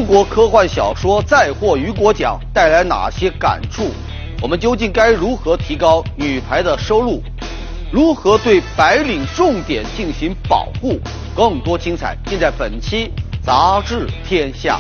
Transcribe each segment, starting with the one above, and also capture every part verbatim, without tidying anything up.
中国科幻小说再获雨果奖带来哪些感触？我们究竟该如何提高女排的收入？如何对白领重点进行保护？更多精彩尽在本期《杂志天下》。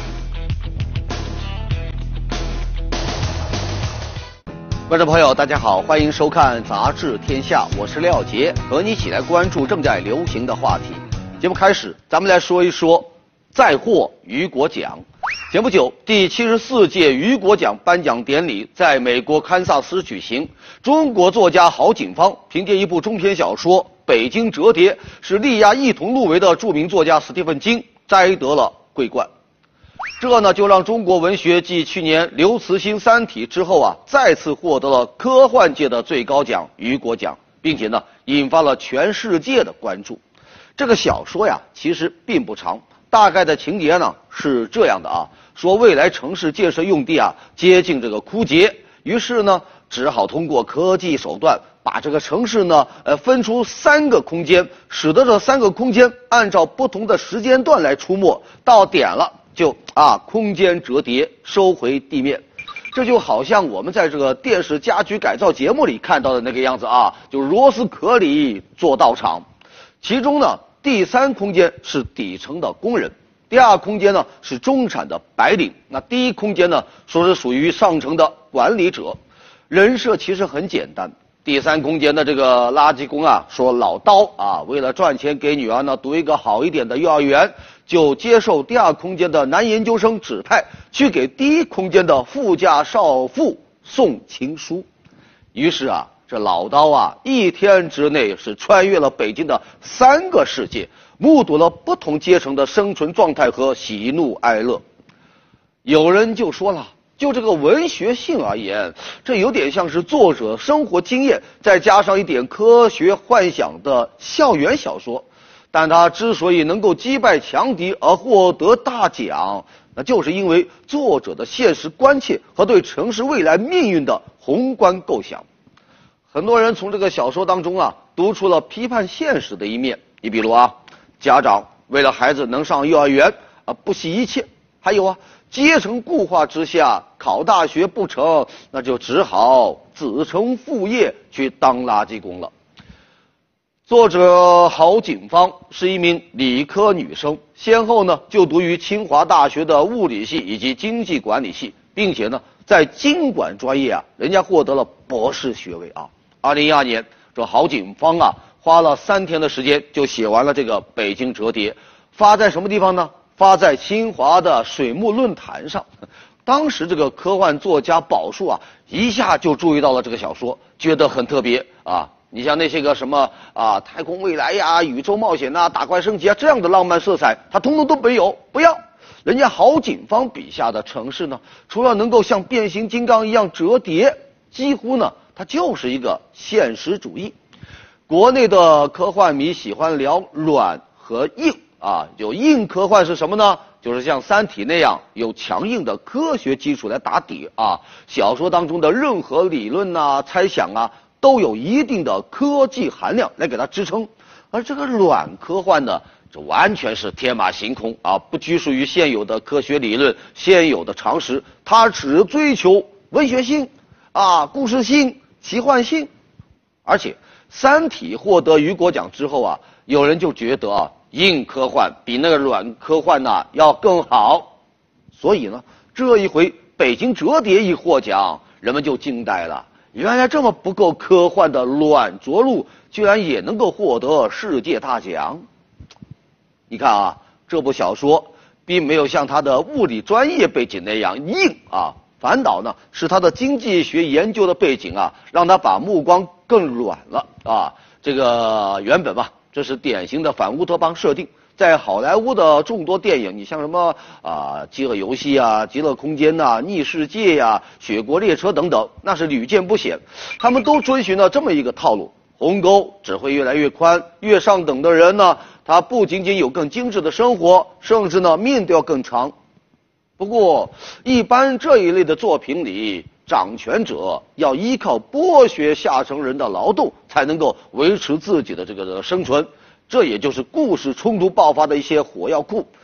观众朋友，大家好，欢迎收看《杂志天下》，我是廖杰，和你一起来关注正在流行的话题。节目开始，咱们来说一说再获雨果奖。前不久，第七十四届雨果奖颁奖典礼在美国堪萨斯举行。中国作家郝景芳凭借一部中篇小说《北京折叠》，使力压一同入围的著名作家史蒂芬金摘得了桂冠。这呢，就让中国文学继去年刘慈欣《三体》之后啊，再次获得了科幻界的最高奖雨果奖，并且呢，引发了全世界的关注。这个小说呀，其实并不长。大概的情节呢是这样的啊，说未来城市建设用地啊接近这个枯竭，于是呢只好通过科技手段把这个城市呢呃分出三个空间，使得这三个空间按照不同的时间段来出没，到点了就啊空间折叠收回地面。这就好像我们在这个电视家居改造节目里看到的那个样子啊，就螺丝壳里做道场。其中呢第三空间是底层的工人，第二空间呢是中产的白领，那第一空间呢说是属于上层的管理者。人设其实很简单，第三空间的这个垃圾工啊，说老刀啊，为了赚钱给女儿呢读一个好一点的幼儿园，就接受第二空间的男研究生指派，去给第一空间的富家少妇送情书。于是啊这老刀啊，一天之内是穿越了北京的三个世界，目睹了不同阶层的生存状态和喜怒哀乐。有人就说了，就这个文学性而言，这有点像是作者生活经验再加上一点科学幻想的校园小说。但他之所以能够击败强敌而获得大奖，那就是因为作者的现实关切和对城市未来命运的宏观构想。很多人从这个小说当中啊，读出了批判现实的一面。你比如啊，家长为了孩子能上幼儿园啊，不惜一切；还有啊，阶层固化之下，考大学不成，那就只好子承父业去当垃圾工了。作者郝景芳是一名理科女生，先后呢就读于清华大学的物理系以及经济管理系，并且呢在经管专业啊，人家获得了博士学位啊。二零一二年，这郝景芳啊，花了三天的时间就写完了这个《北京折叠》，发在什么地方呢？发在清华的水木论坛上。当时这个科幻作家宝树啊，一下就注意到了这个小说，觉得很特别啊。你像那些个什么啊，太空未来呀、宇宙冒险呐、打怪升级啊这样的浪漫色彩，他通通都没有，不要。人家郝景芳笔下的城市呢，除了能够像变形金刚一样折叠，几乎呢它就是一个现实主义。国内的科幻迷喜欢聊软和硬啊，有硬科幻是什么呢？就是像《三体》那样有强硬的科学基础来打底啊。小说当中的任何理论啊、猜想啊，都有一定的科技含量来给它支撑。而这个软科幻呢，这完全是天马行空啊，不拘束于现有的科学理论、现有的常识，它只追求文学性啊、故事性、奇幻性。而且《三体》获得雨果奖之后啊，有人就觉得啊，硬科幻比那个软科幻呢、啊、要更好。所以呢，这一回《北京折叠》一获奖，人们就惊呆了。原来这么不够科幻的软着陆，居然也能够获得世界大奖。你看啊，这部小说并没有像他的物理专业背景那样硬啊，反倒呢是他的经济学研究的背景啊，让他把目光更软了啊。这个原本吧，这是典型的反乌托邦设定。在好莱坞的众多电影，你像什么啊，饥饿游戏啊、极乐空间呐、啊、逆世界呀、啊、雪国列车等等，那是屡见不鲜。他们都遵循了这么一个套路：鸿沟只会越来越宽，越上等的人呢，他不仅仅有更精致的生活，甚至呢命都要更长。不过，一般这一类的作品里，掌权者要依靠剥削下层人的劳动，才能够维持自己的这个生存。这也就是故事冲突爆发的一些火药库。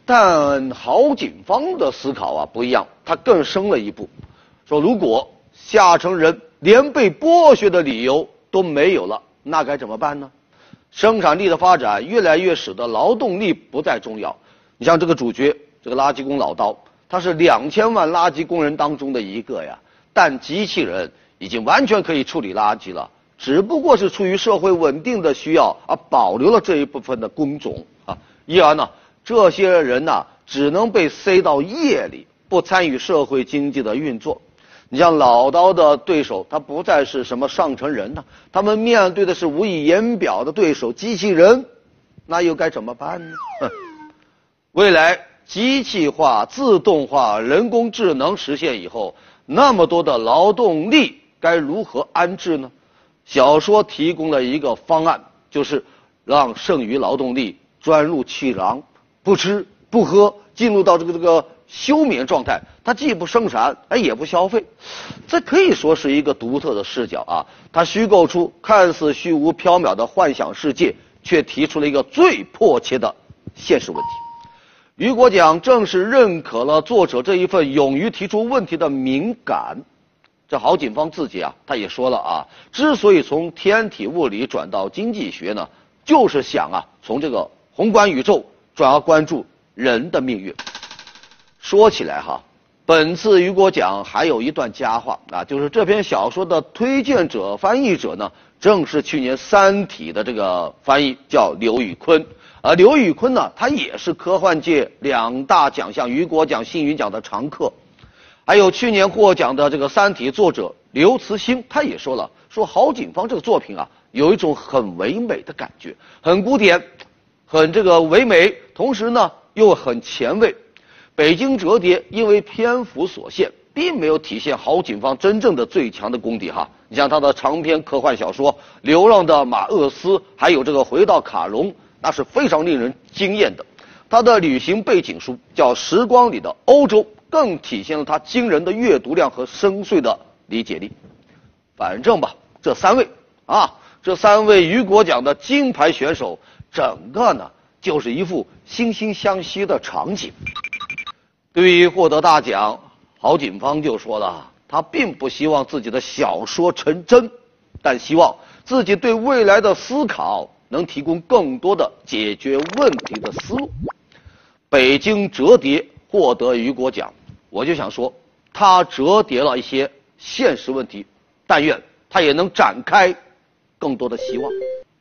但郝景芳的思考啊不一样，他更深了一步，说如果下层人连被剥削的理由都没有了，那该怎么办呢？生产力的发展越来越使得劳动力不再重要。你像这个主角，这个垃圾工老刀，他是两千万垃圾工人当中的一个呀，但机器人已经完全可以处理垃圾了，只不过是出于社会稳定的需要而保留了这一部分的工种啊。因而呢，这些人呢只能被塞到业里，不参与社会经济的运作。你像老刀的对手，他不再是什么上层人呢，他们面对的是无以言表的对手——机器人，那又该怎么办呢？哼，未来机器化、自动化、人工智能实现以后，那么多的劳动力该如何安置呢？小说提供了一个方案，就是让剩余劳动力钻入气囊，不吃不喝，进入到这个这个休眠状态，它既不生产，哎，也不消费，这可以说是一个独特的视角啊！它虚构出看似虚无缥缈的幻想世界，却提出了一个最迫切的现实问题。雨果奖正是认可了作者这一份勇于提出问题的敏感。这郝景芳自己啊，他也说了啊，之所以从天体物理转到经济学呢，就是想啊，从这个宏观宇宙转而关注人的命运。说起来哈，本次雨果奖还有一段佳话啊，就是这篇小说的推荐者、翻译者呢，正是去年《三体》的这个翻译，叫刘宇昆。而刘宇昆呢，他也是科幻界两大奖项雨果奖、星云奖的常客。还有去年获奖的这个《三体》作者刘慈欣，他也说了，说郝景芳这个作品啊，有一种很唯美的感觉，很古典，很这个唯美，同时呢又很前卫。北京折叠因为篇幅所限，并没有体现郝景芳真正的最强的功底哈。你像他的长篇科幻小说《流浪的马厄斯》，还有这个《回到卡隆》，那是非常令人惊艳的。他的旅行背景书叫《时光里的欧洲》，更体现了他惊人的阅读量和深邃的理解力。反正吧，这三位啊，这三位雨果奖的金牌选手，整个呢就是一幅惺惺相惜的场景。对于获得大奖，郝景芳就说了，他并不希望自己的小说成真，但希望自己对未来的思考能提供更多的解决问题的思路。北京折叠获得雨果奖，我就想说，他折叠了一些现实问题，但愿他也能展开更多的希望。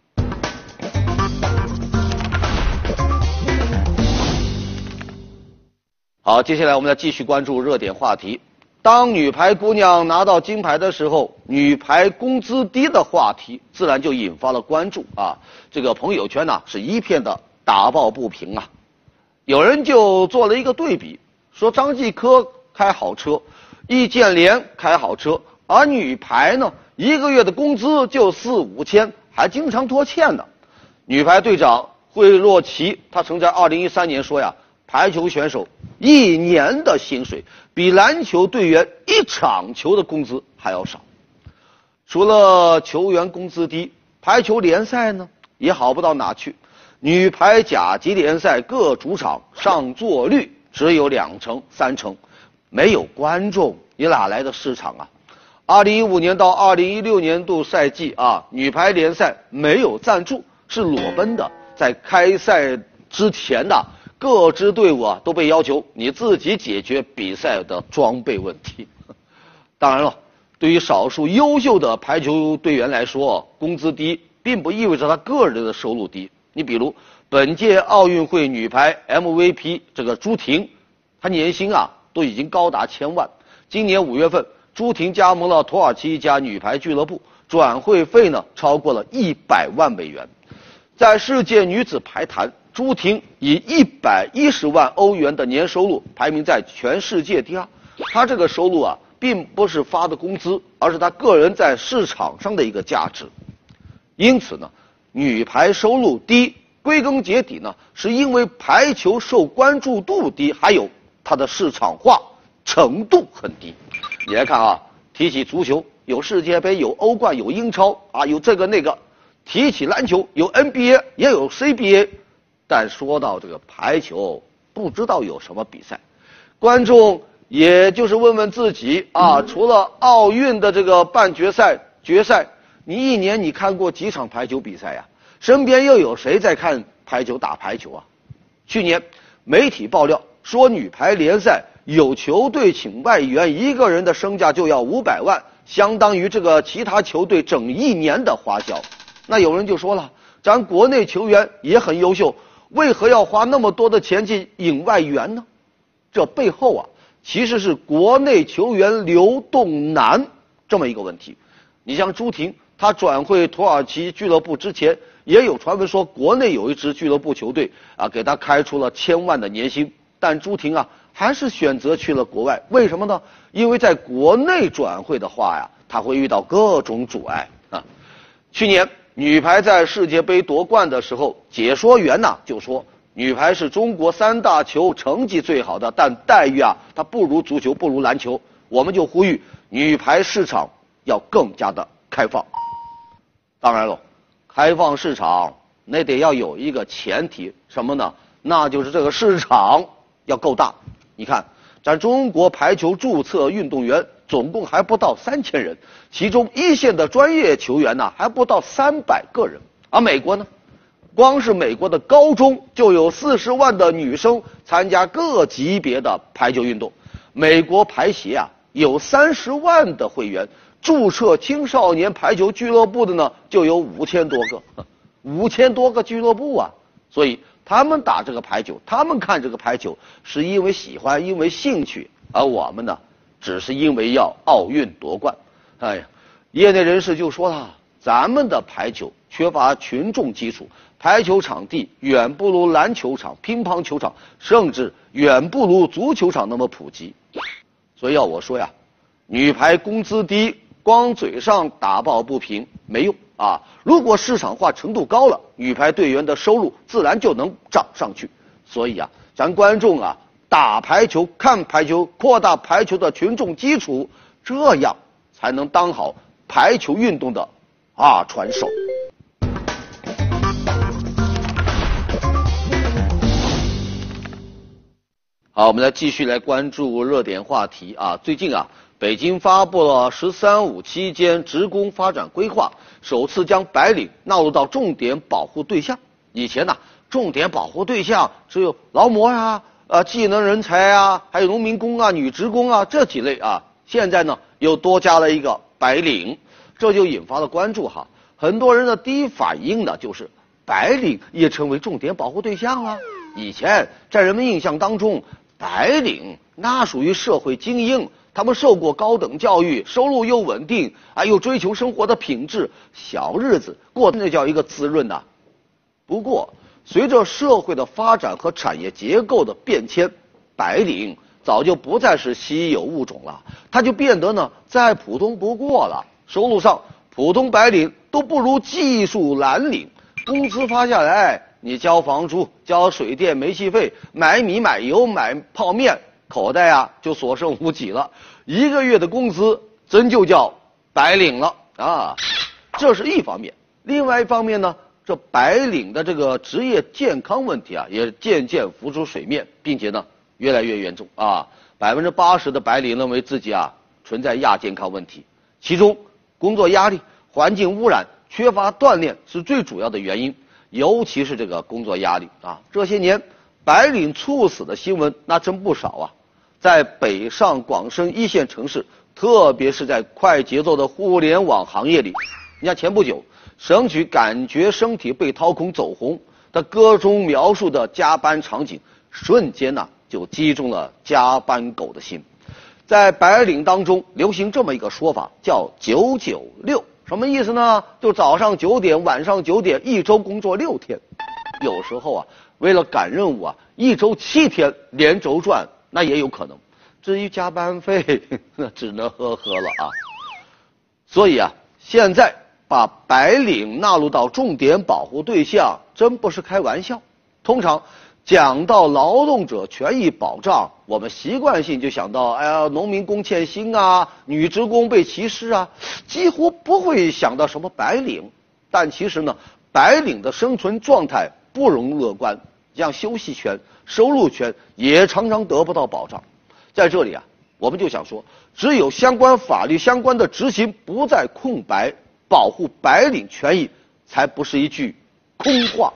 好，接下来我们再继续关注热点话题。当女排姑娘拿到金牌的时候，女排工资低的话题自然就引发了关注啊。这个朋友圈呢是一片的打抱不平啊。有人就做了一个对比，说张继科开好车，易建联开好车，而女排呢一个月的工资就四五千，还经常拖欠呢。女排队长惠洛奇，她曾在二零一三年说呀，排球选手一年的薪水比篮球队员一场球的工资还要少。除了球员工资低，排球联赛呢也好不到哪去。女排甲级联赛各主场上座率只有两成三成，没有观众，你哪来的市场啊？二零一五年到二零一六年度赛季啊，女排联赛没有赞助，是裸奔的。在开赛之前的各支队伍啊都被要求你自己解决比赛的装备问题。当然了，对于少数优秀的排球队员来说，工资低并不意味着他个人的收入低。你比如本届奥运会女排 M V P 这个朱婷，她年薪啊都已经高达千万。今年五月份，朱婷加盟了土耳其一家女排俱乐部，转会费呢超过了一百万美元。在世界女子排坛，朱婷以一百一十万欧元的年收入排名在全世界第二。她这个收入啊，并不是发的工资，而是她个人在市场上的一个价值。因此呢，女排收入低，归根结底呢，是因为排球受关注度低，还有它的市场化程度很低。你来看啊，提起足球，有世界杯，有欧冠，有英超啊，有这个那个；提起篮球，有 N B A， 也有 C B A。但说到这个排球， 不知道有什么比赛。观众也就是问问自己啊，除了奥运的这个半决赛、决赛，你一年你看过几场排球比赛呀？身边又有谁在看排球打排球啊？去年媒体爆料说，女排联赛有球队请外援，一个人的身价就要五百万，相当于这个其他球队整一年的花销。那有人就说了，咱国内球员也很优秀，为何要花那么多的钱去引外援呢？这背后啊，其实是国内球员流动难这么一个问题。你像朱婷，她转会土耳其俱乐部之前，也有传闻说国内有一支俱乐部球队啊，给她开出了千万的年薪，但朱婷啊还是选择去了国外。为什么呢？因为在国内转会的话呀，她会遇到各种阻碍啊。去年女排在世界杯夺冠的时候，解说员呐、啊、就说，女排是中国三大球成绩最好的，但待遇啊，它不如足球，不如篮球。我们就呼吁女排市场要更加的开放。当然了，开放市场那得要有一个前提，什么呢？那就是这个市场要够大。你看，咱中国排球注册运动员总共还不到三千人，其中一线的专业球员呢还不到三百个人。而美国呢？光是美国的高中就有四十万的女生参加各级别的排球运动，美国排协啊有三十万的会员，注册青少年排球俱乐部的呢就有五千多个，五千多个俱乐部啊，所以他们打这个排球，他们看这个排球是因为喜欢，因为兴趣，而我们呢，只是因为要奥运夺冠。哎呀，业内人士就说了，咱们的排球缺乏群众基础，排球场地远不如篮球场、乒乓球场，甚至远不如足球场那么普及。所以要我说呀，女排工资低，光嘴上打抱不平没用啊！如果市场化程度高了，女排队员的收入自然就能涨上去。所以啊，咱观众啊，打排球、看排球，扩大排球的群众基础，这样才能当好排球运动的二传手。好，我们来继续来关注热点话题啊！最近啊，北京发布了“十三五”期间职工发展规划，首次将白领纳入到重点保护对象。以前呢、啊，重点保护对象只有劳模呀、呃技能人才啊，还有农民工啊、女职工啊这几类啊。现在呢，又多加了一个白领，这就引发了关注哈。很多人的第一反应呢，就是白领也成为重点保护对象了。以前在人们印象当中，白领那属于社会精英，他们受过高等教育，收入又稳定，啊，又追求生活的品质，小日子过得那叫一个滋润呐、啊。不过，随着社会的发展和产业结构的变迁，白领早就不再是稀有物种了，它就变得呢再普通不过了。收入上，普通白领都不如技术蓝领，工资发下来，你交房租、交水电煤气费、买米买油买泡面，口袋啊就所剩无几了。一个月的工资真就叫白领了啊！这是一方面。另外一方面呢，这白领的这个职业健康问题啊，也渐渐浮出水面，并且呢越来越严重啊。百分之八十的白领认为自己啊存在亚健康问题，其中工作压力、环境污染、缺乏锻炼是最主要的原因。尤其是这个工作压力啊，这些年白领猝死的新闻那真不少啊。在北上广深一线城市，特别是在快节奏的互联网行业里，你看前不久神曲《感觉身体被掏空》走红，他歌中描述的加班场景，瞬间呢、啊、就击中了加班狗的心。在白领当中流行这么一个说法，叫九九六。什么意思呢？就早上九点，晚上九点，一周工作六天。有时候啊，为了赶任务啊，一周七天连轴转，那也有可能。至于加班费，那只能呵呵了啊。所以啊，现在把白领纳入到重点保护对象，真不是开玩笑。通常讲到劳动者权益保障，我们习惯性就想到，哎呀，农民工欠薪啊，女职工被歧视啊，几乎不会想到什么白领。但其实呢，白领的生存状态不容乐观，像休息权、 收入权也常常得不到保障。在这里啊，我们就想说，只有相关法律相关的执行不再空白，保护白领权益才不是一句空话。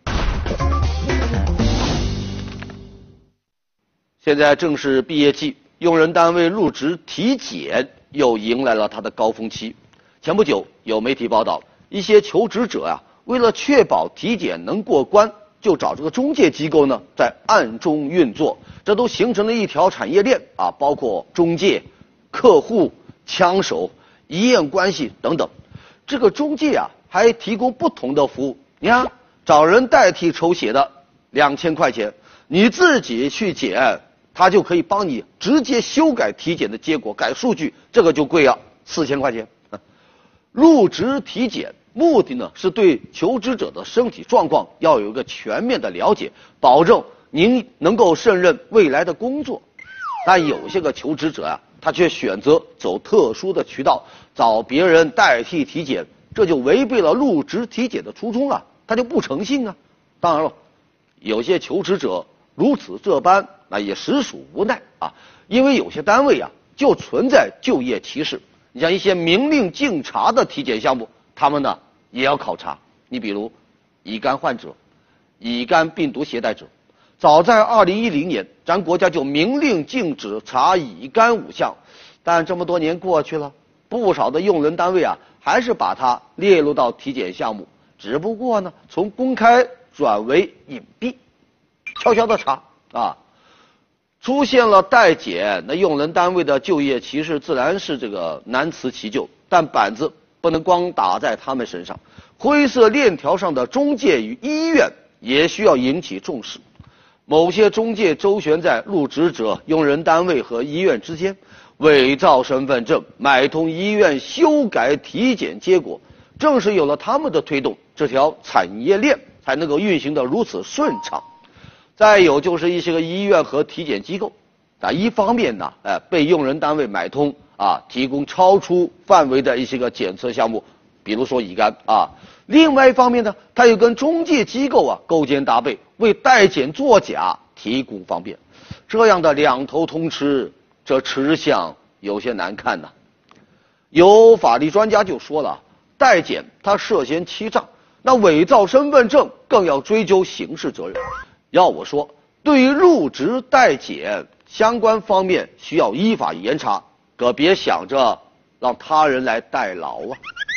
现在正是毕业季，用人单位入职体检又迎来了它的高峰期。前不久有媒体报道，一些求职者啊，为了确保体检能过关，就找这个中介机构呢在暗中运作，这都形成了一条产业链啊，包括中介、客户、枪手、医院关系等等。这个中介啊还提供不同的服务，你看找人代替抽血的两千块钱，你自己去检，他就可以帮你直接修改体检的结果，改数据，这个就贵了四千块钱。入职体检目的呢是对求职者的身体状况要有一个全面的了解，保证您能够胜任未来的工作。但有些个求职者啊，他却选择走特殊的渠道，找别人代替体检，这就违背了入职体检的初衷了，他就不诚信啊。当然了，有些求职者如此这般，那也实属无奈啊，因为有些单位啊就存在就业歧视。你像一些明令禁查的体检项目，他们呢也要考察。你比如乙肝患者、乙肝病毒携带者，早在二零一零年，咱国家就明令禁止查乙肝五项，但这么多年过去了，不少的用人单位啊还是把它列入到体检项目，只不过呢从公开转为隐蔽，悄悄的查啊。出现了代检，那用人单位的就业歧视自然是这个难辞其咎，但板子不能光打在他们身上，灰色链条上的中介与医院也需要引起重视。某些中介周旋在入职者、用人单位和医院之间，伪造身份证，买通医院修改体检结果。正是有了他们的推动，这条产业链才能够运行得如此顺畅。再有就是一些个医院和体检机构，啊，一方面呢，呃，被用人单位买通啊，提供超出范围的一些个检测项目，比如说乙肝啊；另外一方面呢，它又跟中介机构啊勾肩搭背，为代检作假提供方便。这样的两头通吃，这吃相有些难看呐。有法律专家就说了，代检它涉嫌欺诈，那伪造身份证更要追究刑事责任。要我说，对于入职代检相关方面需要依法严查，可别想着让他人来代劳啊。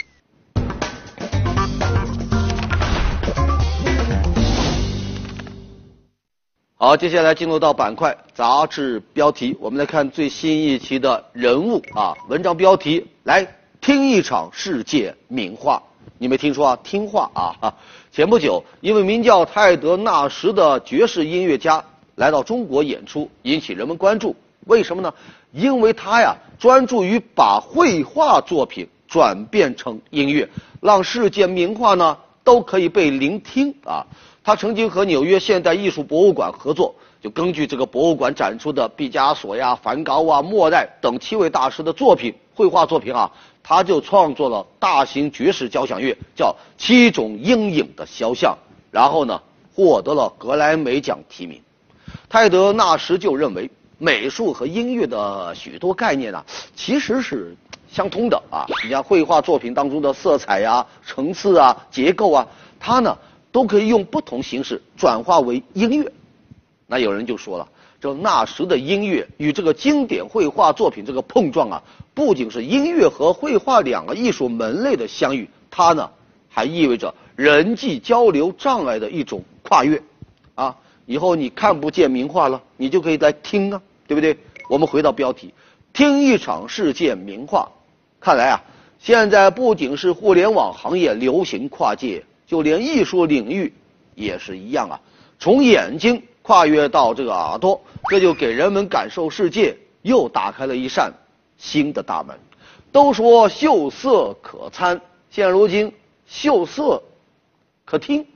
好，接下来进入到板块杂志标题，我们来看最新一期的人物啊，文章标题来听一场世界名画。你没听说啊？听话啊！前不久，一位名叫泰德·纳什的爵士音乐家来到中国演出，引起人们关注。为什么呢？因为他呀专注于把绘画作品转变成音乐，让世界名画呢都可以被聆听啊。他曾经和纽约现代艺术博物馆合作，就根据这个博物馆展出的毕加索呀、梵高啊、莫奈等七位大师的作品，绘画作品啊。他就创作了大型爵士交响乐，叫《七种阴影的肖像》，然后呢，获得了格莱美奖提名。泰德·纳什就认为，美术和音乐的许多概念啊，其实是相通的啊。你像绘画作品当中的色彩啊、层次啊、结构啊，它呢都可以用不同形式转化为音乐。那有人就说了，这纳什的音乐与这个经典绘画作品这个碰撞啊，不仅是音乐和绘画两个艺术门类的相遇，它呢还意味着人际交流障碍的一种跨越啊。以后你看不见名画了，你就可以来听啊，对不对？我们回到标题，听一场世界名画。看来啊，现在不仅是互联网行业流行跨界，就连艺术领域也是一样啊。从眼睛跨越到这个耳朵，这就给人们感受世界又打开了一扇新的大门。都说秀色可餐，现如今秀色可听。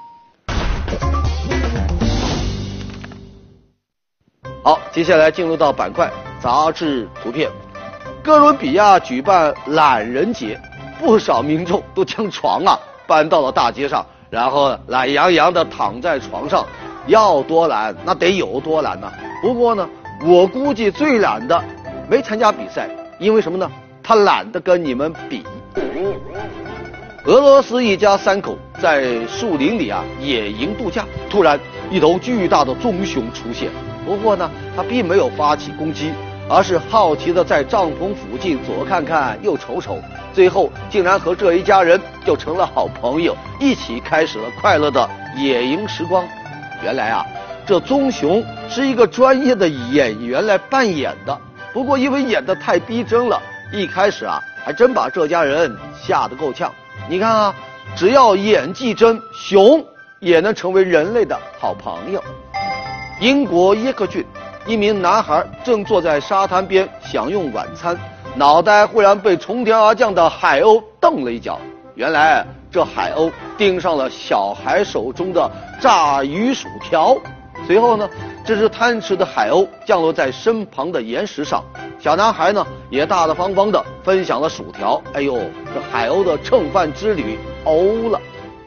好，接下来进入到板块杂志图片。哥伦比亚举办懒人节，不少民众都将床啊搬到了大街上，然后懒洋洋地躺在床上， 要多懒那得有多懒呢、啊？不过呢，我估计最懒的没参加比赛，因为什么呢？他懒得跟你们比。俄罗斯一家三口在树林里啊野营度假，突然一头巨大的棕熊出现。不过呢，它并没有发起攻击，而是好奇的在帐篷附近左看看右瞅瞅，最后竟然和这一家人就成了好朋友，一起开始了快乐的野营时光。原来啊，这棕熊是一个专业的演员来扮演的，不过因为演得太逼真了，一开始啊还真把这家人吓得够呛。你看啊，只要演技真，熊也能成为人类的好朋友。英国耶克郡，一名男孩正坐在沙滩边享用晚餐，脑袋忽然被从天而降的海鸥瞪了一脚。原来这海鸥盯上了小孩手中的炸鱼薯条。随后呢，这只贪吃的海鸥降落在身旁的岩石上，小男孩呢也大大方方的分享了薯条。哎呦，这海鸥的蹭饭之旅欧了。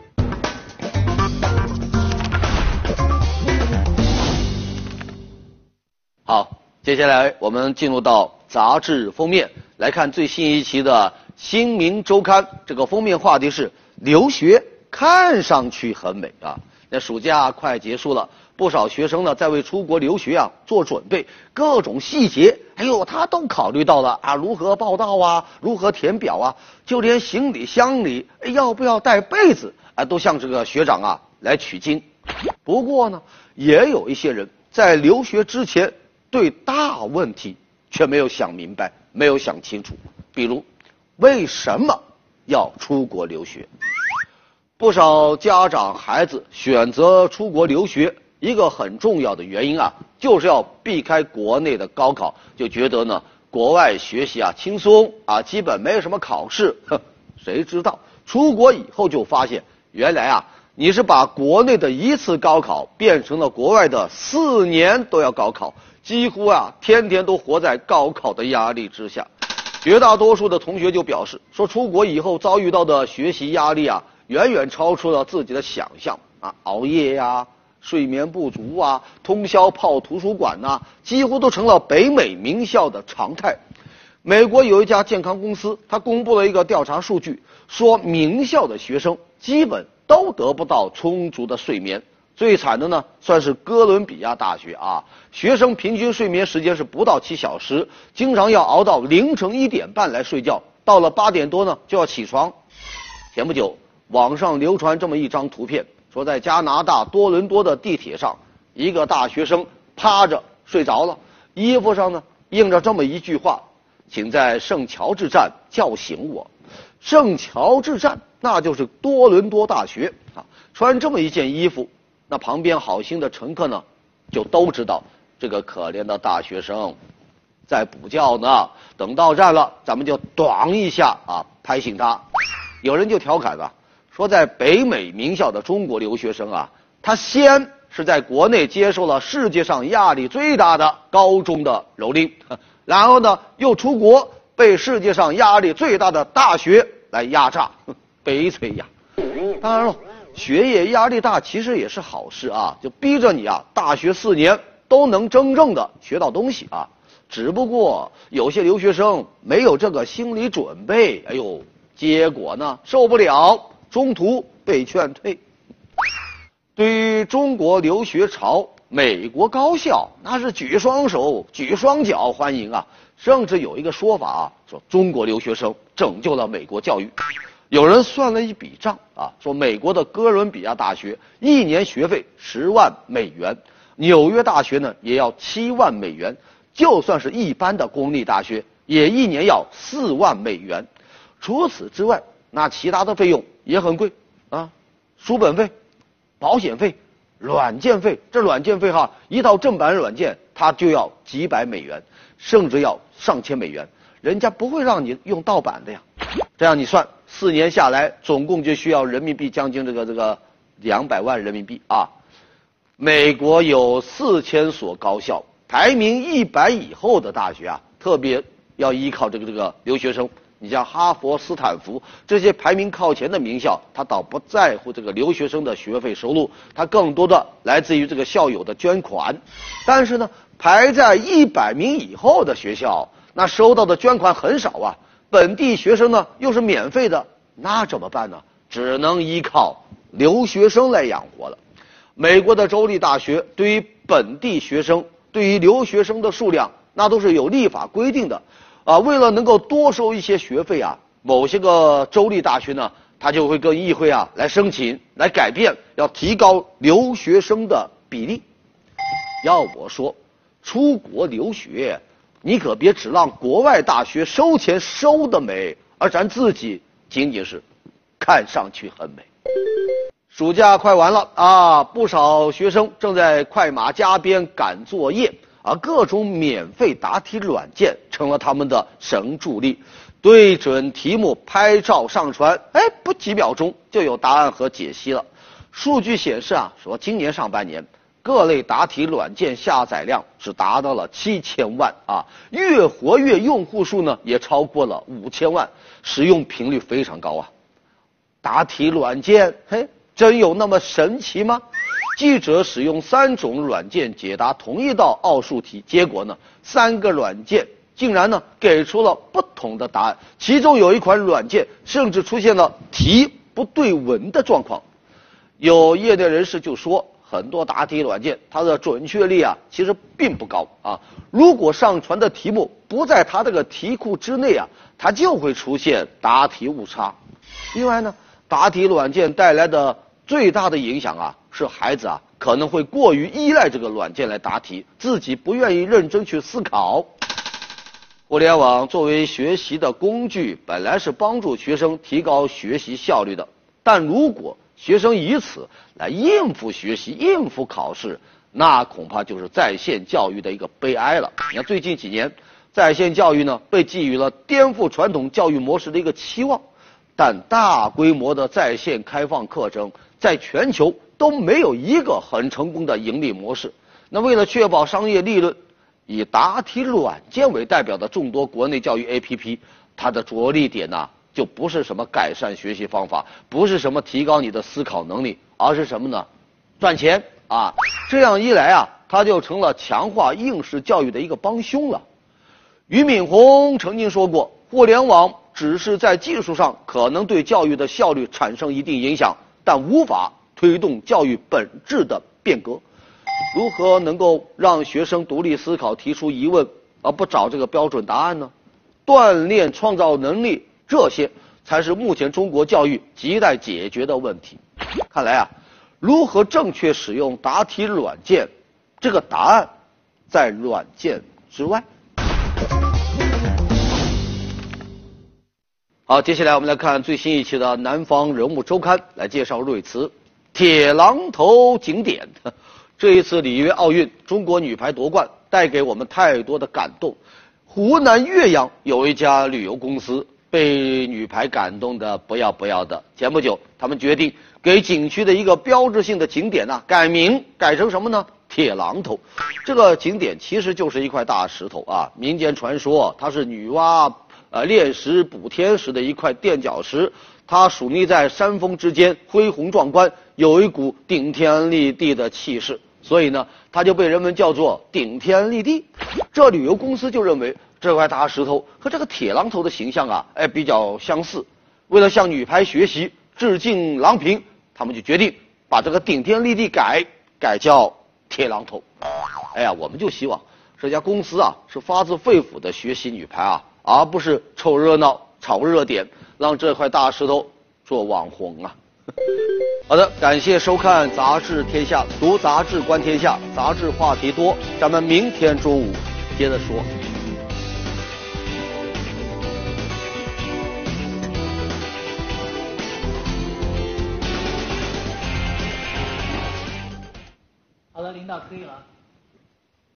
好，接下来我们进入到杂志封面，来看最新一期的《新民周刊》。这个封面话题是留学看上去很美啊。那暑假快结束了，不少学生呢在为出国留学啊做准备，各种细节，哎呦，他都考虑到了啊，如何报到啊，如何填表啊，就连行李箱里要不要带被子啊，都向这个学长啊来取经。不过呢，也有一些人在留学之前对大问题却没有想明白，没有想清楚。比如，为什么要出国留学？不少家长孩子选择出国留学，一个很重要的原因啊，就是要避开国内的高考，就觉得呢国外学习啊轻松啊，基本没有什么考试。哼，谁知道出国以后就发现，原来啊你是把国内的一次高考变成了国外的四年都要高考，几乎啊天天都活在高考的压力之下。绝大多数的同学就表示说，出国以后遭遇到的学习压力啊远远超出了自己的想象啊，熬夜呀、啊、睡眠不足啊、通宵泡图书馆呐、啊，几乎都成了北美名校的常态。美国有一家健康公司，它公布了一个调查数据，说名校的学生基本都得不到充足的睡眠。最惨的呢，算是哥伦比亚大学啊，学生平均睡眠时间是不到七小时，经常要熬到凌晨一点半来睡觉，到了八点多呢就要起床。前不久，网上流传这么一张图片，说在加拿大多伦多的地铁上，一个大学生趴着睡着了，衣服上呢印着这么一句话：请在圣乔治站叫醒我。圣乔治站那就是多伦多大学啊，穿这么一件衣服，那旁边好心的乘客呢就都知道这个可怜的大学生在补觉呢，等到站了咱们就咣一下啊拍醒他。有人就调侃了，说在北美名校的中国留学生啊，他先是在国内接受了世界上压力最大的高中的蹂躏，然后呢又出国被世界上压力最大的大学来压榨，悲催呀。当然了，学业压力大其实也是好事啊，就逼着你啊大学四年都能真正的学到东西啊。只不过有些留学生没有这个心理准备，哎呦，结果呢受不了，中途被劝退。对于中国留学潮，美国高校那是举双手举双脚欢迎啊，甚至有一个说法啊，说中国留学生拯救了美国教育。有人算了一笔账啊，说美国的哥伦比亚大学一年学费十万美元，纽约大学呢也要七万美元，就算是一般的公立大学也一年要四万美元。除此之外，那其他的费用也很贵啊，书本费、保险费、软件费，这软件费哈，一套正版软件它就要几百美元，甚至要上千美元，人家不会让你用盗版的呀。这样你算，四年下来总共就需要人民币将近这个这个两百万人民币啊。美国有四千所高校，排名一百以后的大学啊，特别要依靠这个这个留学生你像哈佛、斯坦福这些排名靠前的名校，他倒不在乎这个留学生的学费收入，他更多的来自于这个校友的捐款。但是呢，排在一百名以后的学校，那收到的捐款很少啊，本地学生呢又是免费的，那怎么办呢？只能依靠留学生来养活了。美国的州立大学对于本地学生、对于留学生的数量，那都是有立法规定的。啊，为了能够多收一些学费啊，某些个州立大学呢，他就会跟议会啊来申请，来改变，要提高留学生的比例。要我说，出国留学，你可别只让国外大学收钱收得美，而咱自己仅仅是看上去很美。暑假快完了啊，不少学生正在快马加鞭赶作业，而各种免费答题软件成了他们的神助力。对准题目拍照上传，哎，不几秒钟就有答案和解析了。数据显示啊，说今年上半年各类答题软件下载量是达到了七千万啊，月活跃用户数呢也超过了五千万，使用频率非常高啊。答题软件，嘿，真有那么神奇吗？记者使用三种软件解答同一道奥数题，结果呢，三个软件竟然呢给出了不同的答案，其中有一款软件甚至出现了题不对文的状况。有业内人士就说，很多答题软件它的准确率啊其实并不高啊，如果上传的题目不在它这个题库之内啊，它就会出现答题误差。另外呢，答题软件带来的最大的影响啊，是孩子啊可能会过于依赖这个软件来答题，自己不愿意认真去思考。互联网作为学习的工具，本来是帮助学生提高学习效率的，但如果学生以此来应付学习、应付考试，那恐怕就是在线教育的一个悲哀了。你看最近几年，在线教育呢被寄予了颠覆传统教育模式的一个期望，但大规模的在线开放课程在全球都没有一个很成功的盈利模式。那为了确保商业利润，以答题软件为代表的众多国内教育 A P P， 它的着力点呢、啊，就不是什么改善学习方法，不是什么提高你的思考能力，而是什么呢？赚钱啊！这样一来啊，它就成了强化应试教育的一个帮凶了。俞敏洪曾经说过，互联网只是在技术上可能对教育的效率产生一定影响，但无法推动教育本质的变革。如何能够让学生独立思考、提出疑问，而不找这个标准答案呢？锻炼创造能力，这些才是目前中国教育亟待解决的问题。看来啊，如何正确使用答题软件，这个答案在软件之外。好，接下来我们来看最新一期的《南方人物周刊》，来介绍瑞慈铁榔头景点。这一次里约奥运，中国女排夺冠，带给我们太多的感动。湖南岳阳有一家旅游公司被女排感动的不要不要的。前不久，他们决定给景区的一个标志性的景点呢、啊、改名，改成什么呢？铁榔头。这个景点其实就是一块大石头啊，民间传说它是女娲呃炼石补天时的一块垫脚石。它矗立在山峰之间，恢宏壮观，有一股顶天立地的气势，所以呢，它就被人们叫做顶天立地。这旅游公司就认为这块大石头和这个铁榔头的形象啊，哎比较相似。为了向女排学习，致敬郎平，他们就决定把这个顶天立地改改叫铁榔头。哎呀，我们就希望这家公司啊是发自肺腑的学习女排啊，而不是凑热闹、炒热点。让这块大石头做网红啊！好的，感谢收看《杂志天下》，读杂志观天下，杂志话题多，咱们明天中午接着说。 好了，领导可以了。